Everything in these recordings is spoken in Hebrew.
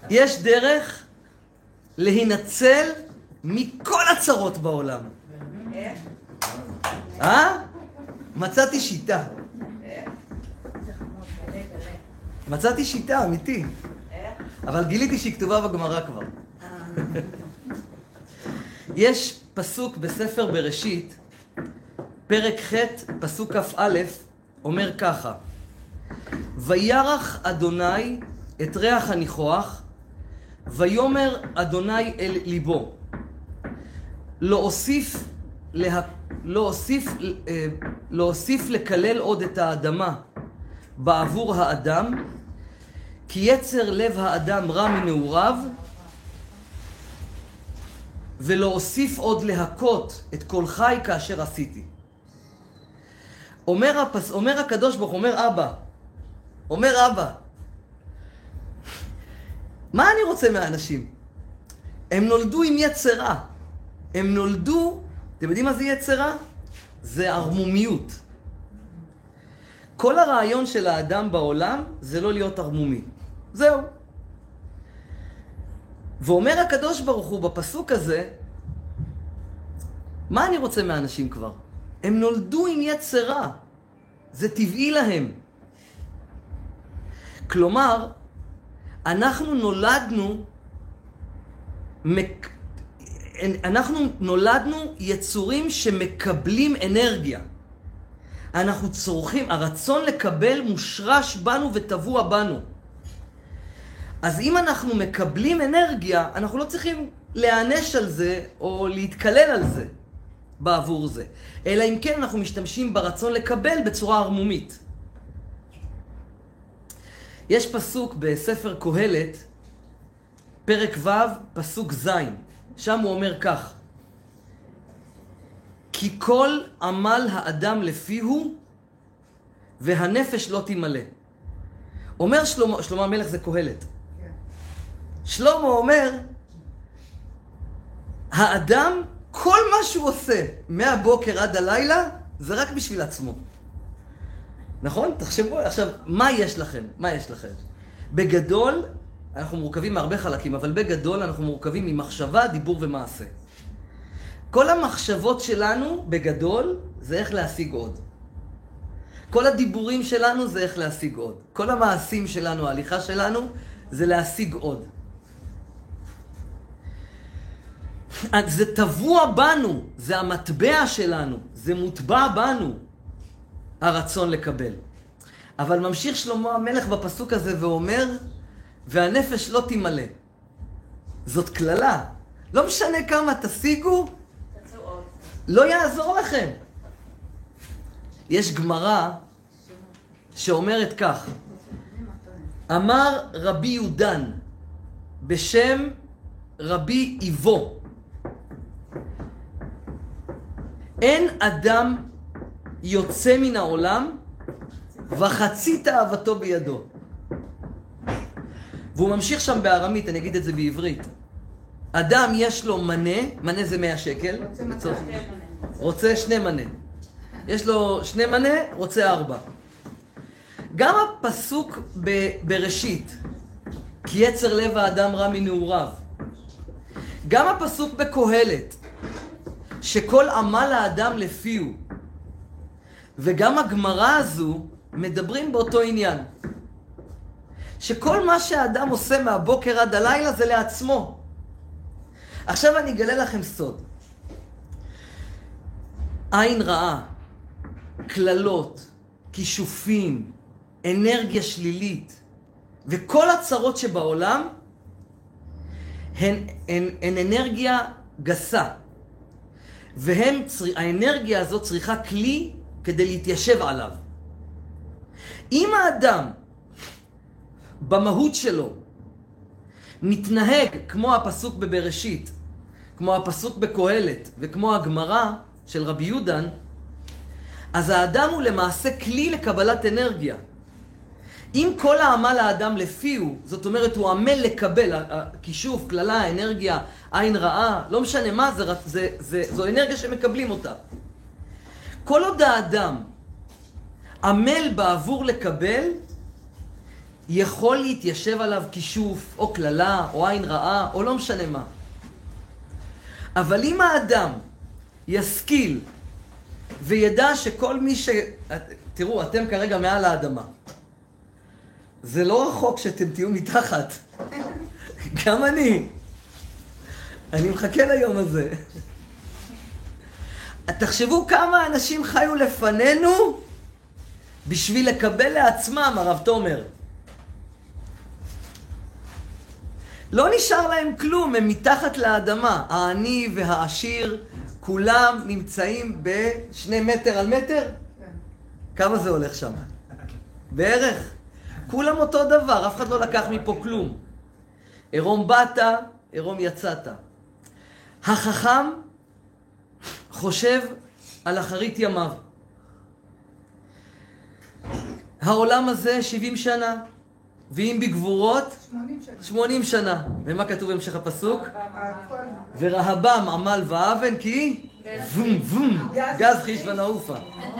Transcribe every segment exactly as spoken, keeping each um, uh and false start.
יש דרך להינצל מכל הצרות בעולם. איך? אה? מצאתי שיטה. איך? מצאתי שיטה, אמיתי. איך? אבל גיליתי שהיא כתובה בגמרא כבר. יש פסוק בספר בראשית, פרק ח', פסוק כ"א, אומר ככה: וירח אדוני את ריח הניחוח, ויאמר אדוני אל ליבו, לא אוסיף, לה... לא אוסיף, אה, לא אוסיף לקלל עוד את האדמה בעבור האדם, כי יצר לב האדם רע מנעוריו, ולא אוסיף עוד להכות את כל חי כאשר עשיתי. אומר, הפס... אומר הקדוש ברוך הוא, אומר אבא, אומר אבא, מה אני רוצה מהאנשים? הם נולדו עם יצרה. הם נולדו, אתם יודעים מה זה יצרה? זה ערמומיות. כל הרעיון של האדם בעולם זה לא להיות ערמומי. זהו. ואומר הקדוש ברוך הוא בפסוק הזה, מה אני רוצה מהאנשים כבר? הם נולדו עם יצרה. זה טבעי להם. כלומר, אנחנו נולדנו, מק... אנחנו נולדנו יצורים שמקבלים אנרגיה. אנחנו צורכים, הרצון לקבל מושרש בנו וטבוע בנו. אז אם אנחנו מקבלים אנרגיה, אנחנו לא צריכים להענש על זה או להתקלל על זה בעבור זה. אלא אם כן אנחנו משתמשים ברצון לקבל בצורה ערמומית. יש פסוק בספר קהלת, פרק ו', פסוק ז', שם הוא אומר כך: כי כל עמל האדם לפיהו, והנפש לא תמלא. אומר שלמה, שלמה המלך זה קהלת. שלמה אומר, האדם, כל מה שהוא עושה מהבוקר עד הלילה, זה רק בשביל עצמו. נכון? תחשבו, עכשיו, מה יש לכם? מה יש לכם? בגדול, אנחנו מורכבים מהרבה חלקים, אבל בגדול אנחנו מורכבים ממחשבה, דיבור ומעשה. כל המחשבות שלנו, בגדול, זה איך להשיג עוד. כל הדיבורים שלנו זה איך להשיג עוד. כל המעשים שלנו, ההליכה שלנו, זה להשיג עוד. זה טבוע בנו, זה המטבע שלנו, זה מוטבע בנו, הרצון לקבל. אבל ממשיך שלמה המלך בפסוק הזה ואומר, והנפש לא תמלא. זאת כללה. לא משנה כמה תשיגו, לא יעזור לכם. יש גמרא שאומרת כך: אמר רבי יודן בשם רבי איבו, אין אדם יוצא מן העולם וחצי תאוותו בידו. והוא ממשיך שם בארמית, אני אגיד את זה בעברית. אדם יש לו מנה, מנה זה מאה שקל, רוצה, רוצה שני מנה. יש לו שני מנה, רוצה ארבע. גם הפסוק ב- בראשית, כי יצר לב האדם רע מנעוריו. גם הפסוק בקהלת, שכל עמל האדם לפיהו. וגם הגמרא הזו מדברים באותו עניין. שכל מה שהאדם עושה מהבוקר עד הלילה זה לעצמו. עכשיו אני אגלה לכם סוד. עין רעה, כללות, כישופים, אנרגיה שלילית, וכל הצרות שבעולם הן, הן, הן אנרגיה גסה. והן, האנרגיה הזאת צריכה כלי כדי להתיישב עליו. אם האדם במהות שלו מתנהג כמו הפסוק בבראשית, כמו הפסוק בקהלת וכמו הגמרא של רבי יודן, אז האדם הוא למעשה כלי לקבלת אנרגיה. אם כל העמל האדם לפיהו, זאת אומרת הוא עמל לקבל, כישוף, כללה, אנרגיה, עין רעה, לא משנה מה, זה, זה, זה, זו אנרגיה שמקבלים אותה. כל עוד האדם עמל בעבור לקבל, יכול להתיישב עליו כישוף, או כללה, או עין רעה, או לא משנה מה. אבל אם האדם ישכיל וידע שכל מי ש... תראו, אתם כרגע מעל האדמה. זה לא רחוק שאתם תהיו מתחת. גם אני. אני מחכה ליום הזה. תחשבו כמה אנשים חיו לפנינו בשביל לקבל לעצמם, הרב תומר. לא נשאר להם כלום, הם מתחת לאדמה. העני והעשיר, כולם נמצאים בשני מטר על מטר? כמה זה הולך שם? בערך. כולם אותו דבר, אף אחד לא לקח מפה כלום. עירום באת, עירום יצאת. החכם חושב על אחרית ימיו. העולם הזה שבעים שנה, ואם בגבורות שמונים שנה. ומה כתוב בהמשך הפסוק? ורהבם עמל ואבן כי וום וום גז חיש ונעופה.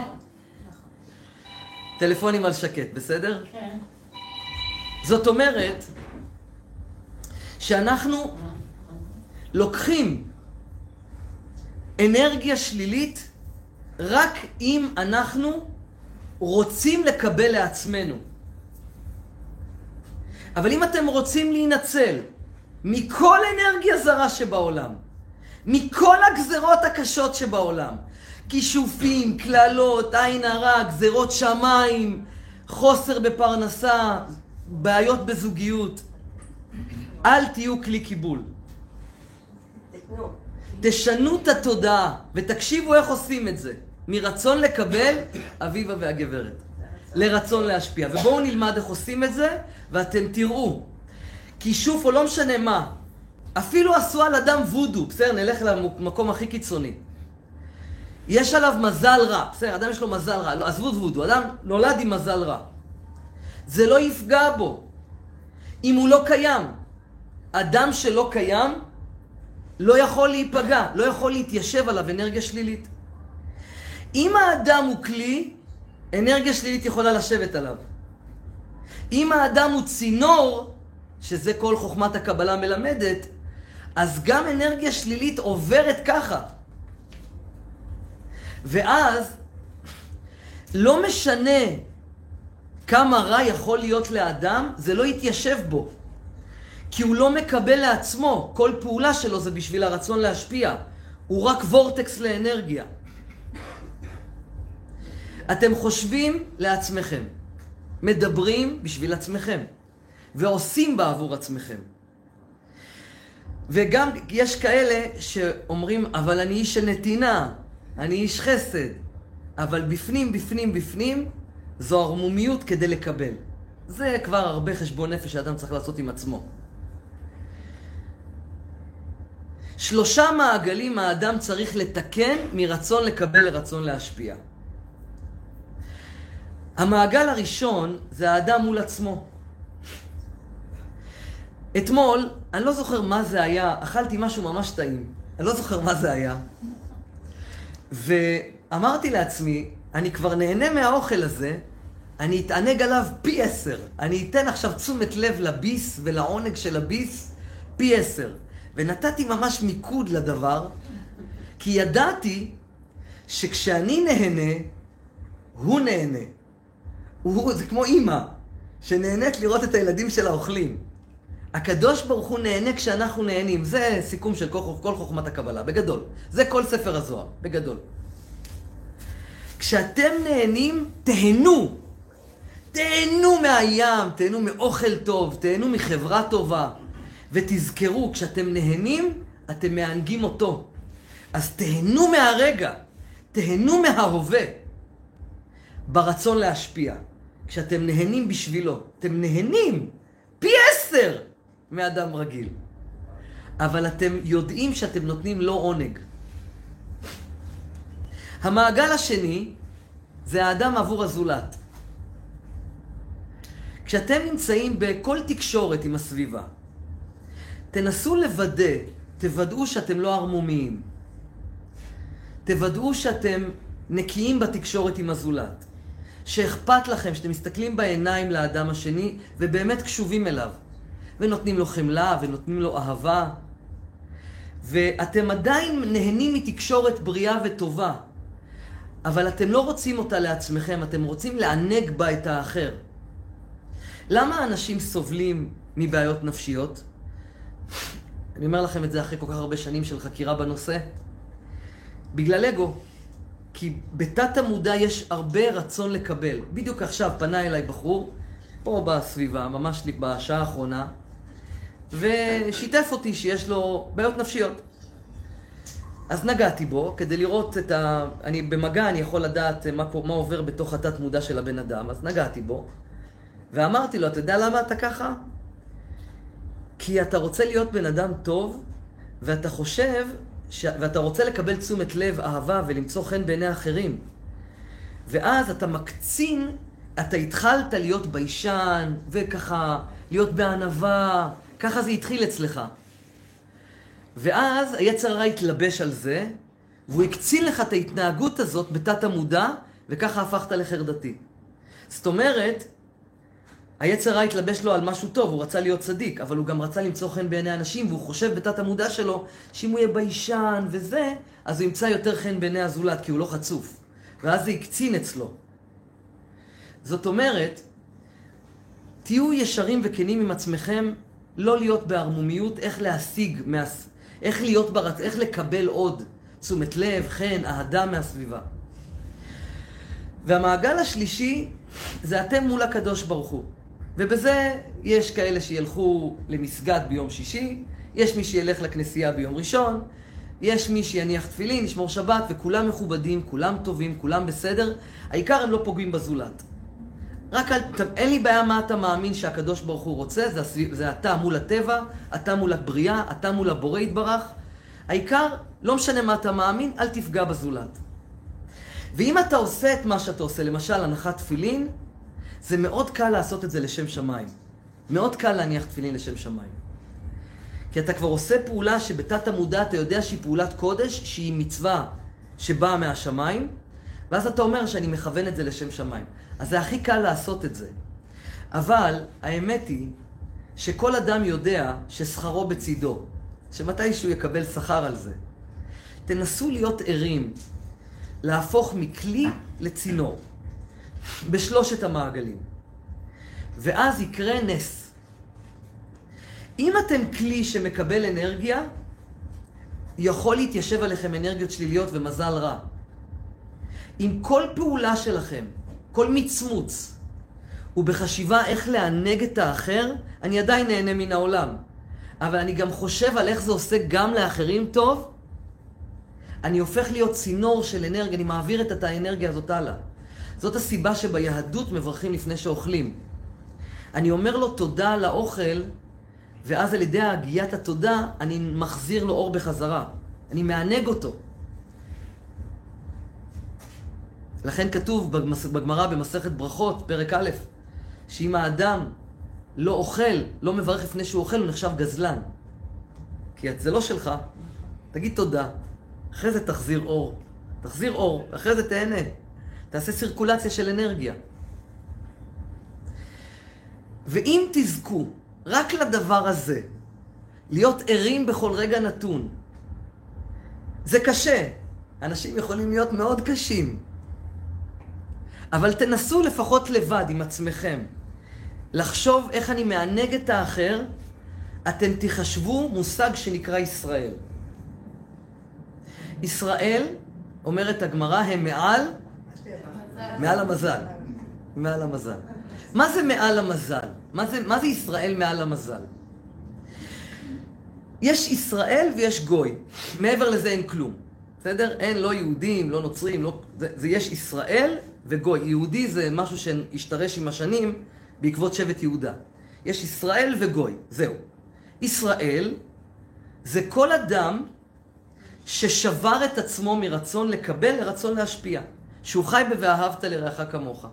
טלפונים על שקט, בסדר? כן. זאת אומרת שאנחנו לוקחים אנרגיה שלילית רק אם אנחנו רוצים לקבל לעצמנו. אבל אם אתם רוצים להינצל מכל אנרגיה זרה שבעולם, מכל הגזרות הקשות שבעולם, כישופים, כללות, עין הרע, גזרות שמיים, חוסר בפרנסה, בעיות בזוגיות, אל תהיו כלי קיבול. תשנו את התודעה ותקשיבו איך עושים את זה. מרצון לקבל, אביבה והגברת. לרצון להשפיע. ובואו נלמד איך עושים את זה, ואתם תראו. כישוף או לא משנה מה. אפילו עשו על אדם וודו. בסדר, נלך למקום הכי קיצוני. יש עליו מזל רע. בסדר, אדם יש לו מזל רע. לא, עזבו וודו. אדם נולד עם מזל רע. זה לא יפגע בו. אם הוא לא קיים. אדם שלא קיים, לא יכול להיפגע. לא יכול להתיישב עליו אנרגיה שלילית. אם האדם הוא כלי, אנרגיה שלילית יכולה לשבת עליו. אם האדם הוא צינור, שזה כל חוכמת הקבלה מלמדת, אז גם אנרגיה שלילית עוברת ככה. ואז לא משנה כמה רע יכול להיות לאדם, זה לא יתיישב בו. כי הוא לא מקבל לעצמו. כל פעולה שלו זה בשביל הרצון להשפיע. הוא רק וורטקס לאנרגיה. אתם חושבים לעצמכם, מדברים בשביל עצמכם, ועושים בעבור עצמכם. וגם יש כאלה שאומרים, אבל אני איש של נתינה, אני איש חסד, אבל בפנים, בפנים, בפנים, זו הרמומיות כדי לקבל. זה כבר הרבה חשבון נפש שאדם צריך לעשות עם עצמו. שלושה מעגלים האדם צריך לתקן מרצון לקבל לרצון להשפיע. המעגל הראשון זה האדם מול עצמו. אתמול, אני לא זוכר מה זה היה, אכלתי משהו ממש טעים. אני לא זוכר מה זה היה. ואמרתי לעצמי, אני כבר נהנה מהאוכל הזה, אני אתענג עליו פי עשר. אני אתן עכשיו תשומת לב לביס ולעונג של הביס פי עשר. ונתתי ממש מיקוד לדבר, כי ידעתי שכשאני נהנה, הוא נהנה. הוא, זה כמו אמא, שנהנית לראות את הילדים שלה אוכלים. הקדוש ברוך הוא נהנה כשאנחנו נהנים. זה סיכום של כל, כל חוכמת הקבלה, בגדול. זה כל ספר הזוהר, בגדול. כשאתם נהנים, תהנו. תהנו מהים, תהנו מאוכל טוב, תהנו מחברה טובה. ותזכרו, כשאתם נהנים, אתם מענגים אותו. אז תהנו מהרגע, תהנו מההווה. ברצון להשפיע. כשאתם נהנים בשבילו, אתם נהנים פי עשר מאדם רגיל. אבל אתם יודעים שאתם נותנים לו עונג. המעגל השני זה האדם עבור הזולת. כשאתם נמצאים בכל תקשורת עם הסביבה, תנסו לוודא, תוודאו שאתם לא ערמומיים. תוודאו שאתם נקיים בתקשורת עם הזולת. שאכפת לכם, שאתם מסתכלים בעיניים לאדם השני ובאמת קשובים אליו. ונותנים לו חמלה ונותנים לו אהבה. ואתם עדיין נהנים מתקשורת בריאה וטובה. אבל אתם לא רוצים אותה לעצמכם, אתם רוצים לענג בה את האחר. למה אנשים סובלים מבעיות נפשיות? אני אומר לכם את זה אחרי כל כך הרבה שנים של חקירה בנושא. בגלל אגו. כי בתת המודע יש הרבה רצון לקבל. בדיוק עכשיו פנה אליי בחור, פה בסביבה, ממש בשעה האחרונה, ושיתף אותי שיש לו בעיות נפשיות. אז נגעתי בו כדי לראות את ה... אני במגע, אני יכול לדעת מה, מה עובר בתוך התת מודע של הבן אדם. אז נגעתי בו, ואמרתי לו, אתה יודע למה אתה ככה? כי אתה רוצה להיות בן אדם טוב, ואתה חושב, ש... ואתה רוצה לקבל תשומת לב, אהבה, ולמצוא חן בעיני אחרים. ואז אתה מקצין, אתה התחלת להיות ביישן, וככה, להיות בענווה, ככה זה התחיל אצלך. ואז היצר הרע התלבש על זה, והוא הקצין לך את ההתנהגות הזאת בתת המודע, וככה הפכת לחרדתי. זאת אומרת, היצר הרע התלבש לו על משהו טוב, הוא רצה להיות צדיק, אבל הוא גם רצה למצוא חן בעיני אנשים, והוא חושב בתת המודע שלו, שאם הוא יהיה ביישן וזה, אז הוא ימצא יותר חן בעיני הזולת, כי הוא לא חצוף. ואז זה הקצין אצלו. זאת אומרת, תהיו ישרים וכנים עם עצמכם, לא להיות בהרמומיות, איך להשיג, מה... איך להיות ברצ... איך לקבל עוד תשומת לב, חן, אהדה מהסביבה. והמעגל השלישי זה אתם מול הקדוש ברוך הוא. ובזה יש כאלה שילכו למסגד ביום שישי, יש מי שילך לכנסייה ביום ראשון, יש מי שיניח תפילין, ישמור שבת, וכולם מכובדים, כולם טובים, כולם בסדר. העיקר הם לא פוגעים בזולת. רק אל, אין לי בעיה מה אתה מאמין שהקדוש ברוך הוא רוצה, זה, זה אתה מול הטבע, אתה מול הבריאה, אתה מול הבורא יתברך. העיקר, לא משנה מה אתה מאמין, אל תפגע בזולת. ואם אתה עושה את מה שאתה עושה, למשל הנחת תפילין, זה מאוד קל לעשות את זה לשם שמיים. מאוד קל להניח תפילין לשם שמיים. כי אתה כבר עושה פעולה שבתת המודע אתה יודע שהיא פעולת קודש, שהיא מצווה שבאה מהשמיים, ואז אתה אומר שאני מכוון את זה לשם שמיים. אז זה הכי קל לעשות את זה. אבל האמת היא שכל אדם יודע ששכרו בצידו, שמתישהו יקבל שכר על זה. תנסו להיות ערים, להפוך מכלי לצינור, בשלושת המעגלים. ואז יקרה נס. אם אתם כלי שמקבל אנרגיה, יכול להתיישב עליכם אנרגיות שליליות ומזל רע. אם כל פעולה שלכם, כל מצמוץ, ובחשיבה איך לענג את האחר, אני עדיין נהנה מן העולם. אבל אני גם חושב על איך זה עושה גם לאחרים טוב, אני הופך להיות צינור של אנרגיה, אני מעביר את האנרגיה הזאת הלאה. זאת הסיבה שביהדות מברכים לפני שאוכלים. אני אומר לו תודה על האוכל, ואז על ידי הגיית התודה, אני מחזיר לו אור בחזרה. אני מענג אותו. לכן כתוב בגמרא במסכת ברכות, פרק א', שאם האדם לא אוכל, לא מברך לפני שהוא אוכל, הוא נחשב גזלן. כי זה לא שלך. תגיד תודה. אחרי זה תחזיר אור. תחזיר אור, אחרי זה תהנה. תעשה סירקולציה של אנרגיה. ואם תזכו רק לדבר הזה, להיות ערים בכל רגע נתון, זה קשה. אנשים יכולים להיות מאוד קשים. אבל תנסו לפחות לבד עם עצמכם. לחשוב איך אני מענג את האחר, אתם תחשבו מושג שנקרא ישראל. ישראל, אומרת הגמרא, הם מעל, מעל המזל. מעל המזל. מה זה מעל המזל? מה זה, מה זה ישראל מעל המזל? יש ישראל ויש גוי. מעבר לזה אין כלום. בסדר? אין לא יהודים, לא נוצרים, לא... זה, זה יש ישראל וגוי. יהודי זה משהו שהשתרש עם השנים בעקבות שבט יהודה. יש ישראל וגוי. זהו. ישראל זה כל אדם ששבר את עצמו מרצון לקבל לרצון להשפיע. שהוא חי ב"ואהבת לרעך כמוך".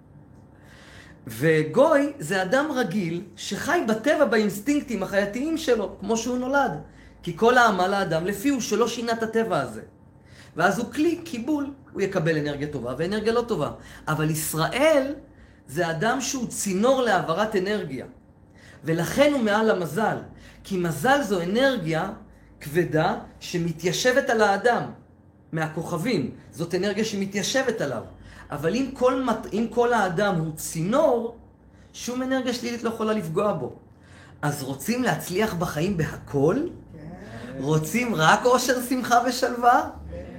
וגוי זה אדם רגיל שחי בטבע באינסטינקטים החייתיים שלו, כמו שהוא נולד. כי כל העמל האדם לפי הוא שלא שינה את הטבע הזה. ואז הוא כלי קיבול, הוא יקבל אנרגיה טובה ואנרגיה לא טובה. אבל ישראל זה אדם שהוא צינור להעברת אנרגיה. ולכן הוא מעל המזל. כי מזל זו אנרגיה כבדה שמתיישבת על האדם, מהכוכבים. זאת אנרגיה שמתיישבת עליו. אבל אם כל, אם כל האדם הוא צינור, שום אנרגיה שלילית לא יכולה לפגוע בו. אז רוצים להצליח בחיים בהכל? רוצים רק אושר, שמחה ושלווה?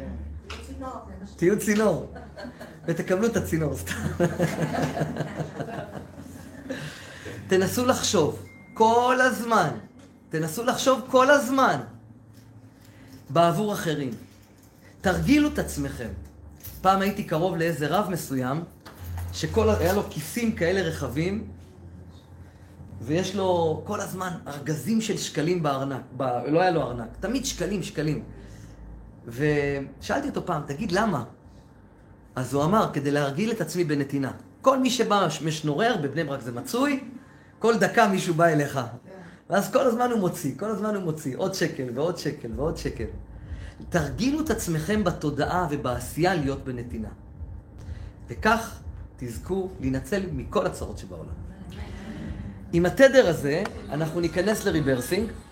תהיו צינור. ותקבלו את הצינור. תנסו לחשוב כל הזמן. תנסו לחשוב כל הזמן. בעבור אחרים. תרגילו את עצמכם. פעם הייתי קרוב לאיזה רב מסוים, שכל, היה לו כיסים כאלה רחבים, ויש לו כל הזמן ארגזים של שקלים בארנק. ב... לא היה לו ארנק, תמיד שקלים, שקלים. ושאלתי אותו פעם, תגיד למה? אז הוא אמר, כדי להרגיל את עצמי בנתינה. כל מי שבא משנורר, בבני ברק זה מצוי, כל דקה מישהו בא אליך. ואז כל הזמן הוא מוציא, כל הזמן הוא מוציא, עוד שקל ועוד שקל ועוד שקל. תרגילו את עצמכם בתודעה ובעשייה להיות בנתינה. וכך תזכו להינצל מכל הצרות שבעולם. עם התדר הזה אנחנו ניכנס לריברסינג.